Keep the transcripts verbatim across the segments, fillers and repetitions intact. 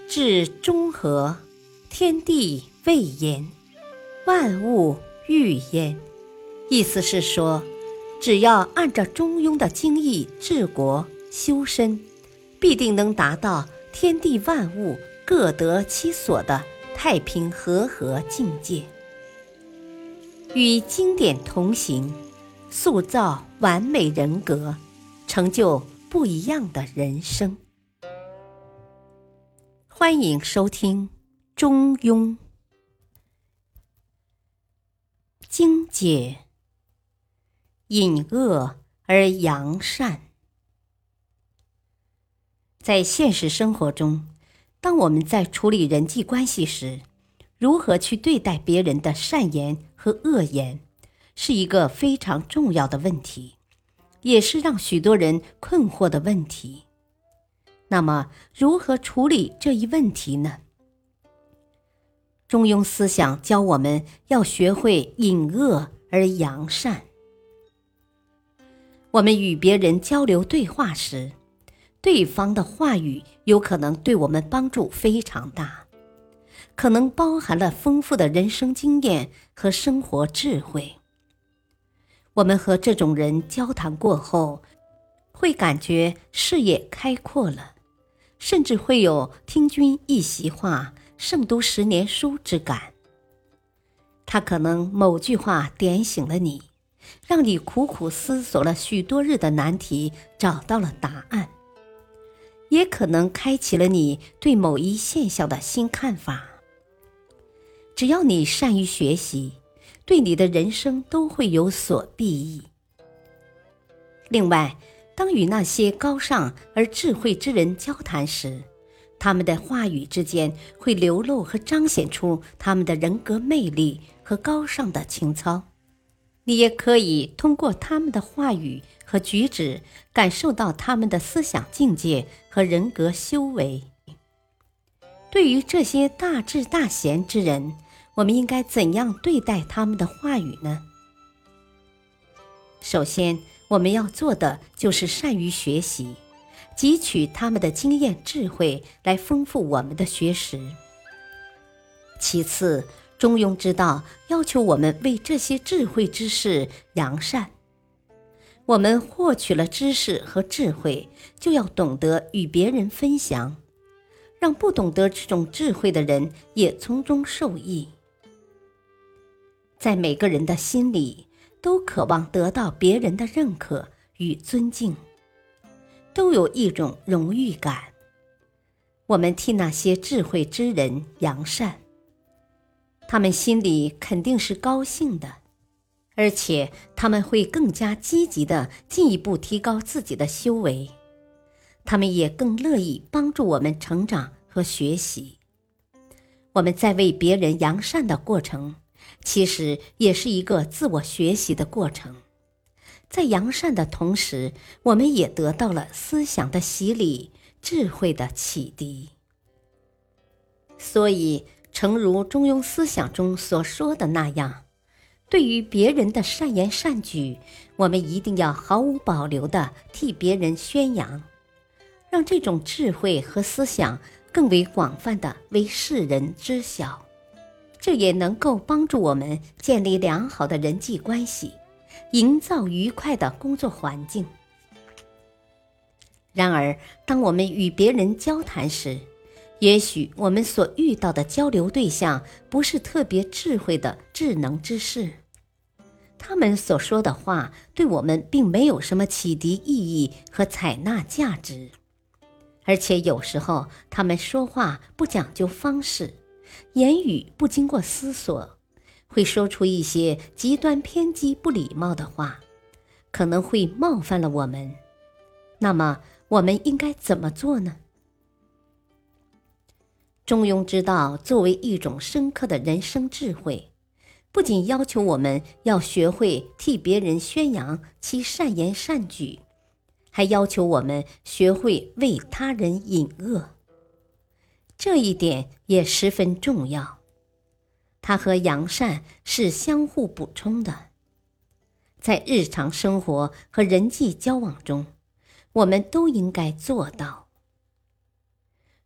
至中和，天地未焉，万物欲焉。意思是说，只要按照中庸的精义治国修身，必定能达到天地万物各得其所的太平和合境界。与经典同行，塑造完美人格，成就不一样的人生。欢迎收听中庸。精解，隐恶而扬善。在现实生活中，当我们在处理人际关系时，如何去对待别人的善言和恶言，是一个非常重要的问题，也是让许多人困惑的问题。那么，如何处理这一问题呢？中庸思想教我们要学会隐恶而扬善。我们与别人交流对话时，对方的话语有可能对我们帮助非常大，可能包含了丰富的人生经验和生活智慧。我们和这种人交谈过后，会感觉视野开阔了，甚至会有听君一席话，胜读十年书之感。他可能某句话点醒了你，让你苦苦思索了许多日的难题找到了答案，也可能开启了你对某一现象的新看法。只要你善于学习，对你的人生都会有所裨益。另外，当与那些高尚而智慧之人交谈时，他们的话语之间会流露和彰显出他们的人格魅力和高尚的情操。你也可以通过他们的话语和举止，感受到他们的思想境界和人格修为。对于这些大智大贤之人，我们应该怎样对待他们的话语呢？首先，我们要做的就是善于学习，汲取他们的经验智慧来丰富我们的学识。其次，中庸之道要求我们为这些智慧之士扬善。我们获取了知识和智慧，就要懂得与别人分享，让不懂得这种智慧的人也从中受益。在每个人的心里，都渴望得到别人的认可与尊敬，都有一种荣誉感。我们替那些智慧之人扬善，他们心里肯定是高兴的，而且他们会更加积极地进一步提高自己的修为，他们也更乐意帮助我们成长和学习。我们在为别人扬善的过程，其实也是一个自我学习的过程。在扬善的同时，我们也得到了思想的洗礼，智慧的启迪。所以，诚如中庸思想中所说的那样，对于别人的善言善举，我们一定要毫无保留地替别人宣扬，让这种智慧和思想更为广泛地为世人知晓。这也能够帮助我们建立良好的人际关系，营造愉快的工作环境。然而，当我们与别人交谈时，也许我们所遇到的交流对象不是特别智慧的智能之士，他们所说的话对我们并没有什么启迪意义和采纳价值，而且有时候他们说话不讲究方式，言语不经过思索，会说出一些极端偏激不礼貌的话，可能会冒犯了我们。那么我们应该怎么做呢？中庸之道作为一种深刻的人生智慧，不仅要求我们要学会替别人宣扬其善言善举，还要求我们学会为他人隐恶。这一点也十分重要，它和扬善是相互补充的。在日常生活和人际交往中，我们都应该做到。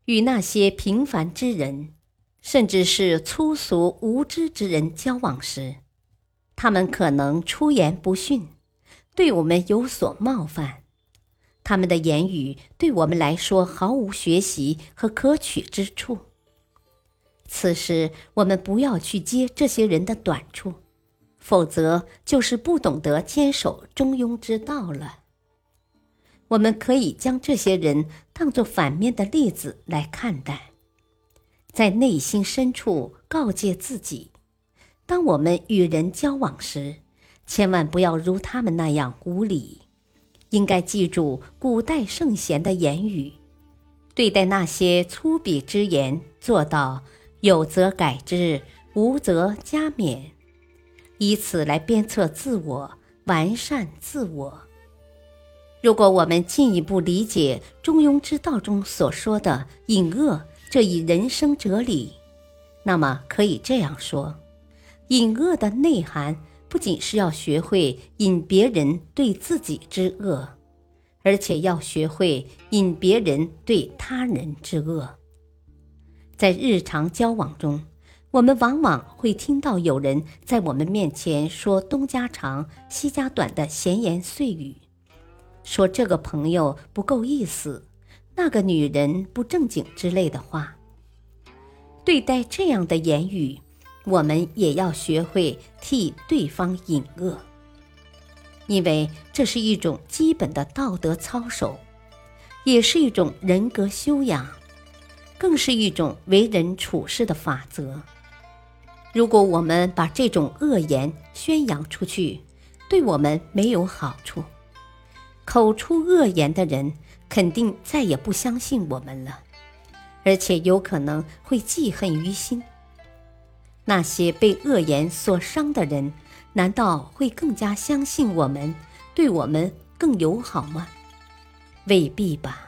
与那些平凡之人，甚至是粗俗无知之人交往时，他们可能出言不逊，对我们有所冒犯，他们的言语对我们来说毫无学习和可取之处。此时我们不要去接这些人的短处，否则就是不懂得坚守中庸之道了。我们可以将这些人当作反面的例子来看待，在内心深处告诫自己，当我们与人交往时，千万不要如他们那样无礼，应该记住古代圣贤的言语，对待那些粗鄙之言做到有则改之，无则加勉，以此来鞭策自我，完善自我。如果我们进一步理解中庸之道中所说的隐恶这一人生哲理，那么可以这样说，隐恶的内涵不仅是要学会隐别人对自己之恶，而且要学会隐别人对他人之恶。在日常交往中，我们往往会听到有人在我们面前说东家长西家短的闲言碎语，说这个朋友不够意思，那个女人不正经之类的话。对待这样的言语，我们也要学会替对方隐恶，因为这是一种基本的道德操守，也是一种人格修养，更是一种为人处事的法则。如果我们把这种恶言宣扬出去，对我们没有好处，口出恶言的人肯定再也不相信我们了，而且有可能会记恨于心。那些被恶言所伤的人，难道会更加相信我们，对我们更友好吗？未必吧。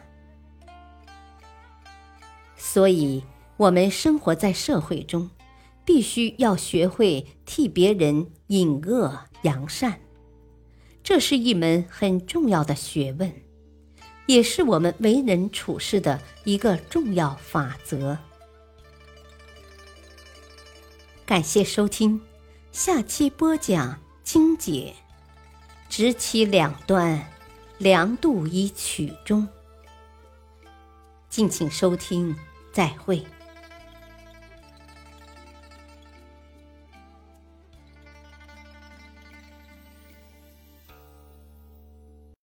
所以，我们生活在社会中，必须要学会替别人隐恶扬善。这是一门很重要的学问，也是我们为人处事的一个重要法则。感谢收听，下期播讲精解，直其两端，量度以曲中。敬请收听，再会。